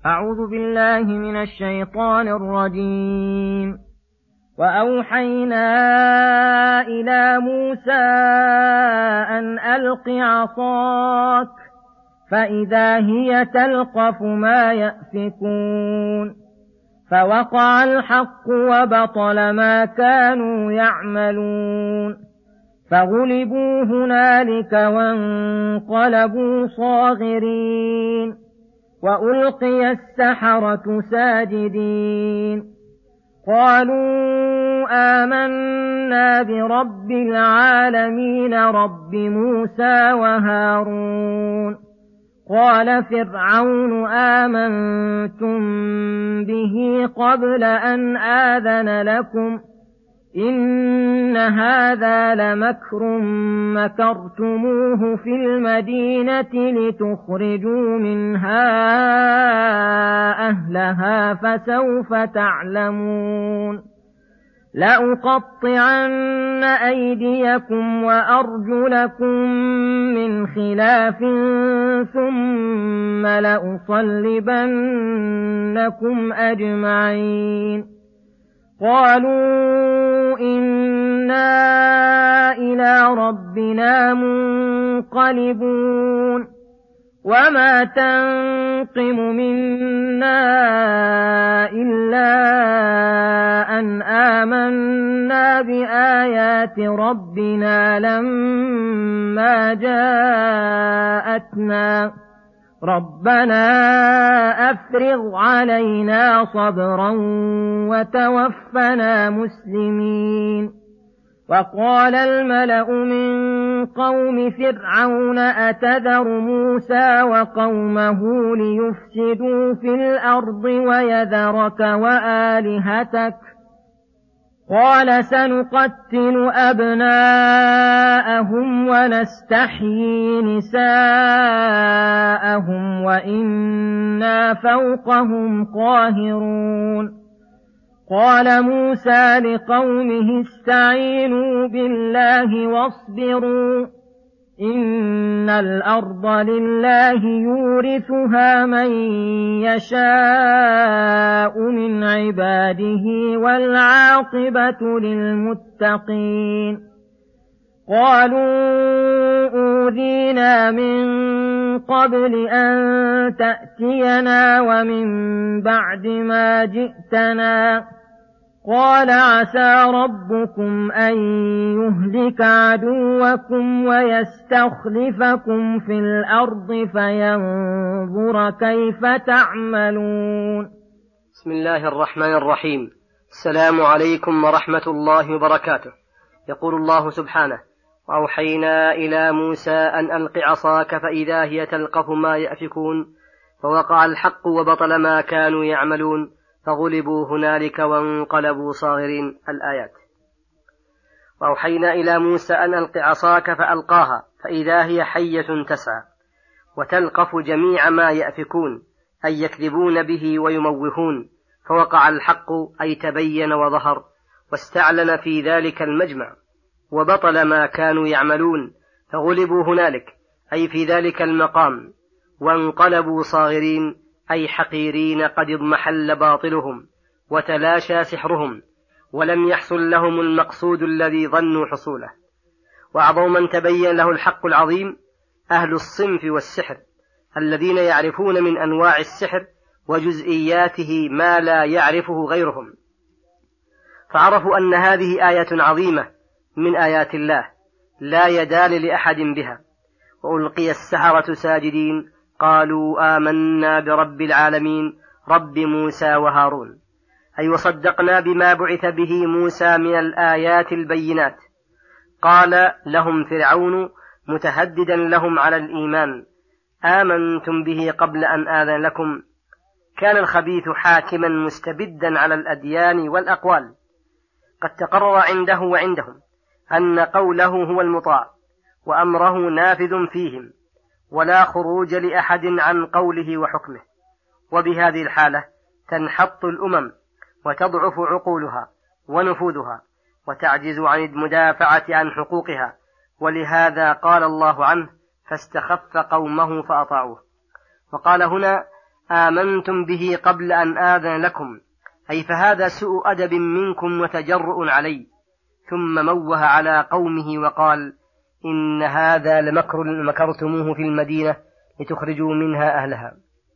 أعوذ بالله من الشيطان الرجيم. وأوحينا إلى موسى أن ألق عصاك فإذا هي تلقف ما يأفكون فوقع الحق وبطل ما كانوا يعملون فغلبوا هنالك وانقلبوا صاغرين وألقي السحرة ساجدين قالوا آمنا برب العالمين رب موسى وهارون قال فرعون آمنتم به قبل أن آذن لكم إن هذا لمكر مكرتموه في المدينة لتخرجوا منها أهلها فسوف تعلمون لأقطعن أيديكم وأرجلكم من خلاف ثم لأصلبنكم أجمعين قالوا إنا إلى ربنا منقلبون وما تنقم منا إلا أن آمنا بآيات ربنا لما جاءتنا ربنا أفرغ علينا صبرا وتوفنا مسلمين وقال الملأ من قوم فرعون أتذر موسى وقومه ليفسدوا في الأرض ويذرك وآلهتك قال سنقتل أبناءهم ونستحيي نساءهم وإنا فوقهم قاهرون قال موسى لقومه استعينوا بالله واصبروا إن الأرض لله يورثها من يشاء من عباده والعاقبة للمتقين قالوا أوذينا من قبل أن تأتينا ومن بعد ما جئتنا قال عسى ربكم أن يهلك عدوكم ويستخلفكم في الأرض فينظر كيف تعملون. بسم الله الرحمن الرحيم. السلام عليكم ورحمة الله وبركاته. يقول الله سبحانه: وأوحينا إلى موسى أن ألق عصاك فإذا هي تلقف ما يأفكون فوقع الحق وبطل ما كانوا يعملون فغلبوا هنالك وانقلبوا صاغرين. الآيات. وأوحينا إلى موسى أن ألق عصاك فألقاها فإذا هي حية تسعى وتلقف جميع ما يأفكون أي يكذبون به ويموهون فوقع الحق أي تبين وظهر واستعلن في ذلك المجمع وبطل ما كانوا يعملون فغلبوا هنالك أي في ذلك المقام وانقلبوا صاغرين أي حقيرين قد اضمحل باطلهم وتلاشى سحرهم ولم يحصل لهم المقصود الذي ظنوا حصوله. وأعظم من تبين له الحق العظيم أهل الصنف والسحر الذين يعرفون من أنواع السحر وجزئياته ما لا يعرفه غيرهم فعرفوا أن هذه آية عظيمة من آيات الله لا يدال لأحد بها. وألقي السحرة ساجدين قالوا آمنا برب العالمين رب موسى وهارون أي وصدقنا بما بعث به موسى من الآيات البينات. قال لهم فرعون متهددا لهم على الإيمان: آمنتم به قبل أن آذن لكم. كان الخبيث حاكما مستبدا على الأديان والأقوال قد تقرر عنده وعندهم أن قوله هو المطاع وأمره نافذ فيهم ولا خروج لأحد عن قوله وحكمه. وبهذه الحالة تنحط الأمم وتضعف عقولها ونفوذها وتعجز عن المدافعة عن حقوقها. ولهذا قال الله عنه: فاستخف قومه فأطاعوه. وقال هنا: آمنتم به قبل أن آذن لكم، أي فهذا سوء أدب منكم وتجرؤ علي. ثم موه على قومه وقال: إن هذا لمكر مكرتموه في المدينة لتخرجوا منها أهلها،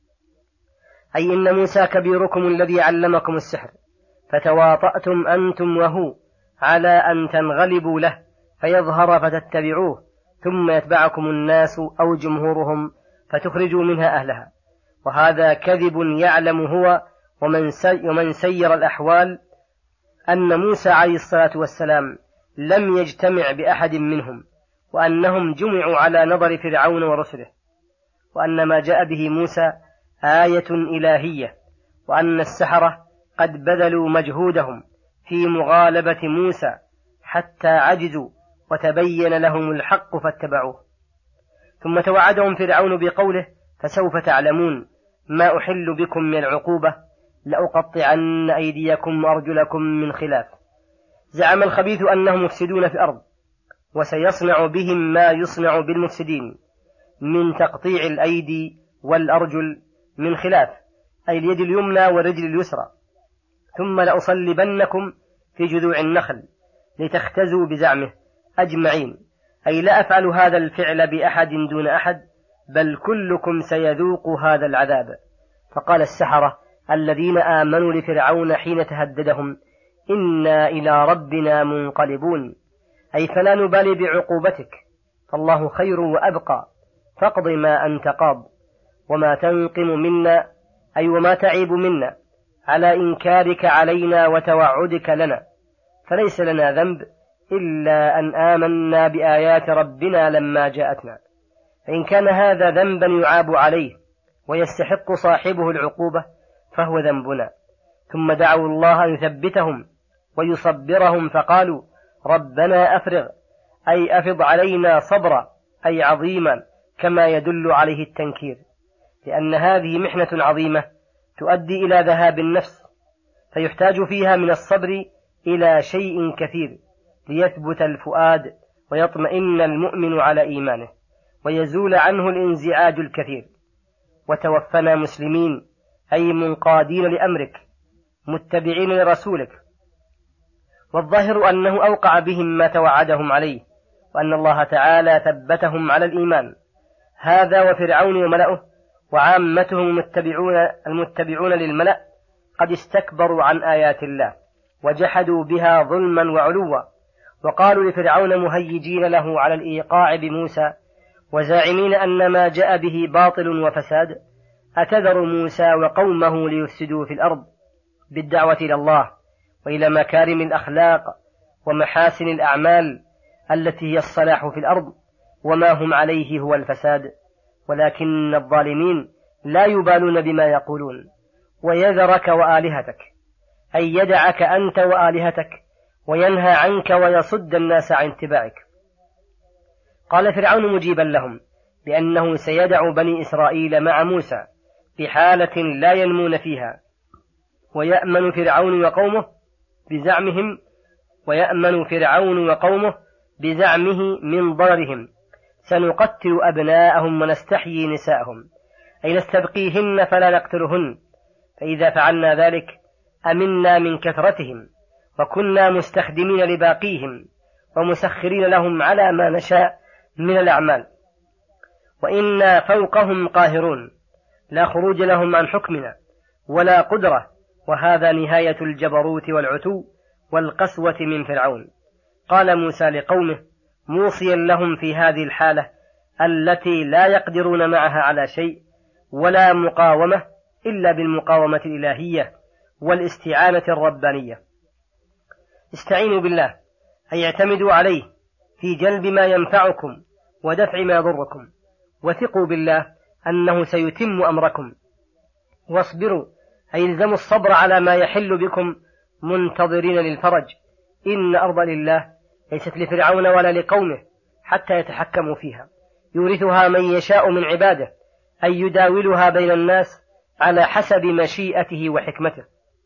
أي إن موسى كبيركم الذي علمكم السحر، فتواطأتم أنتم وهو على أن تنغلبوا له فيظهر فتتبعوه، ثم يتبعكم الناس أو جمهورهم فتخرجوا منها أهلها. وهذا كذب يعلم هو ومن سير الأحوال أن موسى عليه الصلاة والسلام لم يجتمع بأحد منهم، وأنهم جمعوا على نظر فرعون ورسله، وأن ما جاء به موسى آية إلهية، وأن السحرة قد بذلوا مجهودهم في مغالبة موسى حتى عجزوا وتبين لهم الحق فاتبعوه. ثم توعدهم فرعون بقوله: فسوف تعلمون ما أحل بكم من العقوبة لأقطعن أيديكم وأرجلكم من خلاف. زعم الخبيث أنهم مفسدون في الأرض، وسيصنع بهم ما يصنع بالمفسدين من تقطيع الأيدي والأرجل من خلاف، أي اليد اليمنى والرجل اليسرى. ثم لأصلبنكم في جذوع النخل لتختزوا بزعمه أجمعين، أي لا أفعل هذا الفعل بأحد دون أحد، بل كلكم سيذوق هذا العذاب. فقال السحرة الذين آمنوا لفرعون حين تهددهم: إنا إلى ربنا منقلبون، أي فلا نبالي بعقوبتك، فالله خير وأبقى، فاقض ما أنت قاض، وما تنقم منا، أي وما تعيب منا على إنكارك علينا وتوعدك لنا، فليس لنا ذنب إلا أن آمنا بآيات ربنا لما جاءتنا، فإن كان هذا ذنبا يعاب عليه ويستحق صاحبه العقوبة فهو ذنبنا. ثم دعوا الله أن يثبتهم ويصبرهم، فقالوا: ربنا أفرغ، أي أفض علينا صبرا، أي عظيما، كما يدل عليه التنكير، لأن هذه محنة عظيمة تؤدي إلى ذهاب النفس، فيحتاج فيها من الصبر إلى شيء كثير ليثبت الفؤاد ويطمئن المؤمن على إيمانه ويزول عنه الانزعاج الكثير. وتوفنا مسلمين، أي منقادين لأمرك متبعين لرسولك. والظاهر أنه أوقع بهم ما توعدهم عليه، وأن الله تعالى ثبتهم على الإيمان. هذا وفرعون وملأه وعامتهم المتبعون للملأ قد استكبروا عن آيات الله وجحدوا بها ظلما وعلوا، وقالوا لفرعون مهيجين له على الإيقاع بموسى وزاعمين أن ما جاء به باطل وفساد: أتذر موسى وقومه ليفسدوا في الأرض، بالدعوة إلى الله وإلى مكارم الأخلاق ومحاسن الأعمال التي هي الصلاح في الأرض، وما هم عليه هو الفساد. ولكن الظالمين لا يبالون بما يقولون، ويذرك وآلهتك، أي يدعك أنت وآلهتك وينهى عنك ويصد الناس عن اتباعك. قال فرعون مجيبا لهم بأنه سيدع بني إسرائيل مع موسى في حالة لا ينمون فيها، ويأمن فرعون وقومه بزعمه من ضررهم: سنقتل أبناءهم ونستحيي نساءهم، أي نستبقيهن فلا نقتلهن، فإذا فعلنا ذلك أمنا من كثرتهم، وكنا مستخدمين لباقيهم ومسخرين لهم على ما نشاء من الأعمال، وإنا فوقهم قاهرون، لا خروج لهم عن حكمنا ولا قدرة. وهذا نهاية الجبروت والعتو والقسوة من فرعون. قال موسى لقومه موصيا لهم في هذه الحالة التي لا يقدرون معها على شيء ولا مقاومة إلا بالمقاومة الإلهية والاستعانة الربانية: استعينوا بالله، أي اعتمدوا عليه في جلب ما ينفعكم ودفع ما يضركم، وثقوا بالله أنه سيتم أمركم، واصبروا، أي الزموا الصبر على ما يحل بكم منتظرين للفرج. إن أرض لله ليست لفرعون ولا لقومه حتى يتحكموا فيها، يورثها من يشاء من عباده، أي يداولها بين الناس على حسب مشيئته وحكمته.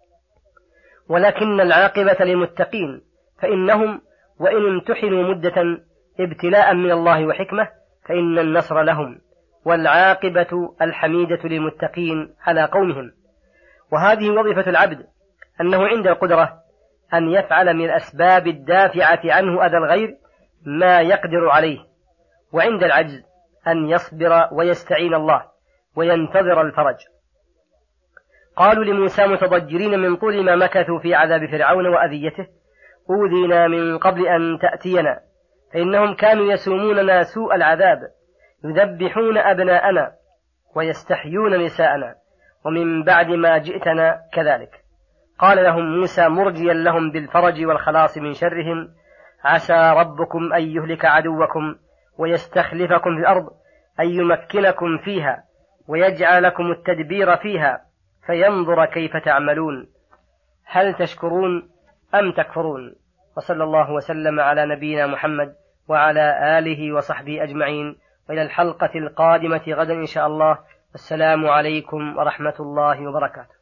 ولكن العاقبة للمتقين، فإنهم وإن امتحنوا مدة ابتلاء من الله وحكمة فإن النصر لهم، والعاقبة الحميدة للمتقين على قومهم. وهذه وظيفة العبد، أنه عند القدرة أن يفعل من الأسباب الدافعة عنه أذى الغير ما يقدر عليه، وعند العجز أن يصبر ويستعين الله وينتظر الفرج. قالوا لموسى متضجرين من طول ما مكثوا في عذاب فرعون وأذيته: أوذينا من قبل أن تأتينا، فإنهم كانوا يسوموننا سوء العذاب، يذبحون أبناءنا ويستحيون نساءنا، ومن بعد ما جئتنا كذلك. قال لهم موسى مرجيا لهم بالفرج والخلاص من شرهم: عسى ربكم أن يهلك عدوكم ويستخلفكم في الأرض، أن يمكنكم فيها ويجعل لكم التدبير فيها، فينظر كيف تعملون، هل تشكرون أم تكفرون. وصلى الله وسلم على نبينا محمد وعلى آله وصحبه أجمعين، وإلى الحلقة القادمة غدا إن شاء الله. السلام عليكم ورحمة الله وبركاته.